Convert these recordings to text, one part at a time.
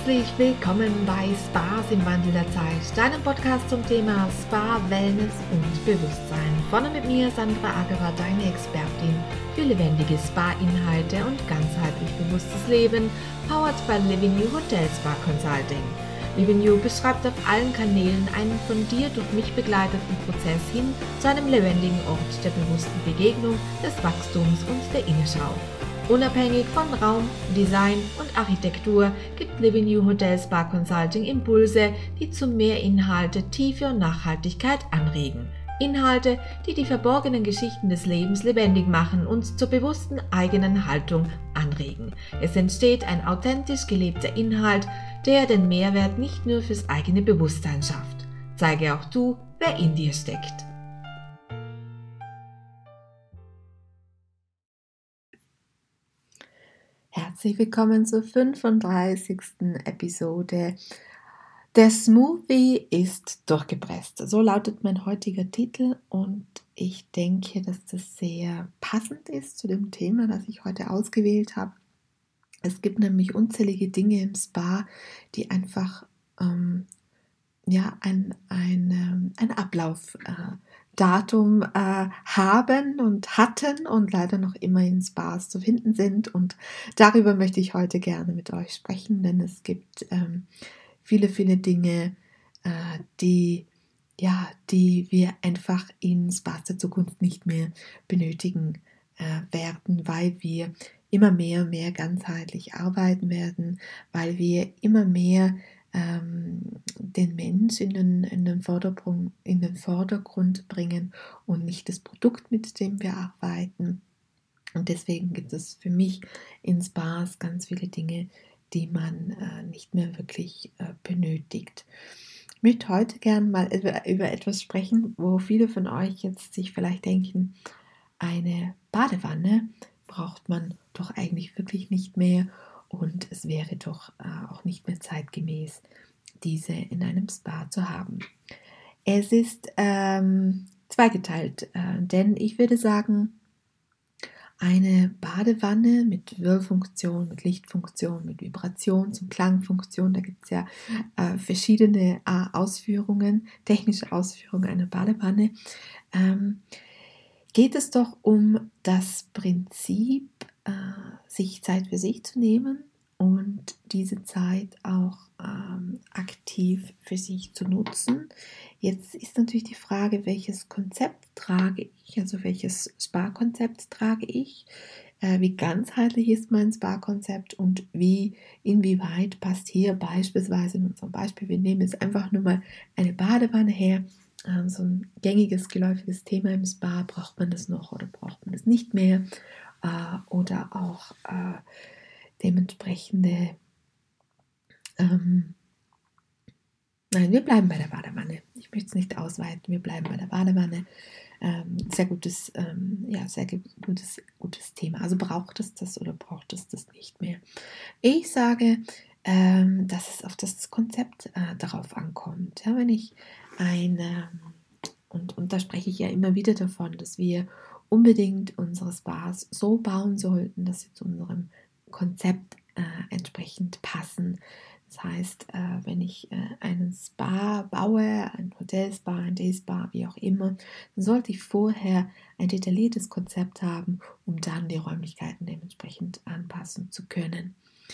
Herzlich willkommen bei Spas im Wandel der Zeit, deinem Podcast zum Thema Spa, Wellness und Bewusstsein. Vorne mit mir Sandra Agerer, deine Expertin für lebendige Spa-Inhalte und ganzheitlich bewusstes Leben, powered by Living You Hotel Spa Consulting. Living You beschreibt auf allen Kanälen einen von dir durch mich begleiteten Prozess hin zu einem lebendigen Ort der bewussten Begegnung, des Wachstums und der Innenschau. Unabhängig von Raum, Design und Architektur gibt Living You Hotel Spa Consulting Impulse, die zu mehr Inhalte, Tiefe und Nachhaltigkeit anregen. Inhalte, die die verborgenen Geschichten des Lebens lebendig machen und zur bewussten eigenen Haltung anregen. Es entsteht ein authentisch gelebter Inhalt, der den Mehrwert nicht nur fürs eigene Bewusstsein schafft. Zeige auch du, wer in dir steckt. Herzlich willkommen zur 35. Episode. Der Smoothie ist durchgepresst. So lautet mein heutiger Titel und ich denke, dass das sehr passend ist zu dem Thema, das ich heute ausgewählt habe. Es gibt nämlich unzählige Dinge im Spa, die einfach ein Ablaufdatum haben und hatten und leider noch immer in Spas zu finden sind. Und darüber möchte ich heute gerne mit euch sprechen, denn es gibt viele, viele Dinge, die wir einfach in Spas der Zukunft nicht mehr benötigen werden, weil wir immer mehr und mehr ganzheitlich arbeiten werden, weil wir immer mehr den Mensch in den Vordergrund bringen und nicht das Produkt, mit dem wir arbeiten. Und deswegen gibt es für mich in Spas ganz viele Dinge, die man nicht mehr wirklich benötigt. Ich möchte heute gerne mal über etwas sprechen, wo viele von euch jetzt sich vielleicht denken, eine Badewanne braucht man doch eigentlich wirklich nicht mehr und es wäre doch auch nicht mehr zeitgemäß, diese in einem Spa zu haben. Es ist zweigeteilt, denn ich würde sagen, eine Badewanne mit Whirlfunktion, mit Lichtfunktion, mit Vibrations- und Klangfunktion, da gibt es ja verschiedene Ausführungen, technische Ausführungen einer Badewanne, geht es doch um das Prinzip, sich Zeit für sich zu nehmen und diese Zeit auch aktiv für sich zu nutzen. Jetzt ist natürlich die Frage, welches Konzept trage ich, also welches Spa-Konzept trage ich, wie ganzheitlich ist mein Spa-Konzept und inwieweit passt hier beispielsweise in unserem Beispiel, wir nehmen jetzt einfach nur mal eine Badewanne her, so ein gängiges, geläufiges Thema im Spa, braucht man das noch oder braucht man das nicht mehr oder auch dementsprechende nein, wir bleiben bei der Badewanne. Ich möchte es nicht ausweiten, wir bleiben bei der Badewanne. Sehr gutes Thema. Also braucht es das oder braucht es das nicht mehr? Ich sage, dass es auf das Konzept darauf ankommt. Ja, wenn ich und da spreche ich ja immer wieder davon, dass wir unbedingt unsere Spas so bauen sollten, dass sie zu unserem Konzept entsprechend passen. Das heißt, wenn ich einen Spa baue, ein Hotelspa, ein Dayspa, wie auch immer, dann sollte ich vorher ein detailliertes Konzept haben, um dann die Räumlichkeiten dementsprechend anpassen zu können.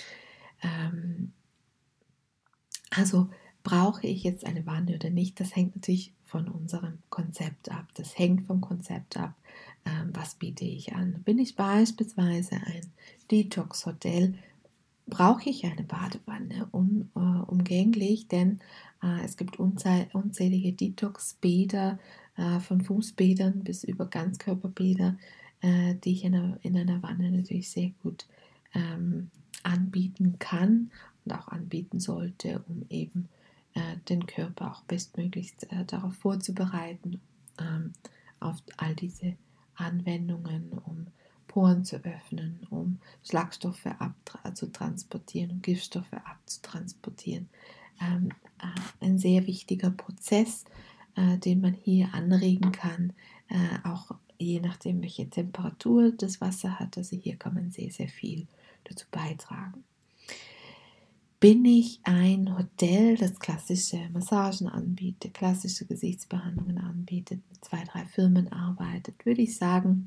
Also brauche ich jetzt eine Wanne oder nicht, das hängt natürlich von unserem Konzept ab. Das hängt vom Konzept ab, was biete ich an. Bin ich beispielsweise ein Detox-Hotel, brauche ich eine Badewanne umgänglich, denn es gibt unzählige Detox-Bäder, von Fußbädern bis über Ganzkörperbäder, die ich in einer Wanne natürlich sehr gut anbieten kann und auch anbieten sollte, um eben den Körper auch bestmöglichst darauf vorzubereiten, auf all diese Anwendungen, um Poren zu öffnen, um Schlagstoffe abzutransportieren und Giftstoffe abzutransportieren. Ein sehr wichtiger Prozess, den man hier anregen kann, auch je nachdem, welche Temperatur das Wasser hat. Also hier kann man sehr, sehr viel dazu beitragen. bin ich ein Hotel, das klassische Massagen anbietet, klassische Gesichtsbehandlungen anbietet, mit 2, 3 Firmen arbeitet, würde ich sagen,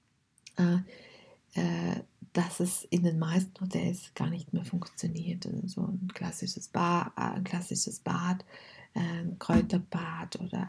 dass es in den meisten Hotels gar nicht mehr funktioniert. Also so ein klassisches Bad, ein Kräuterbad oder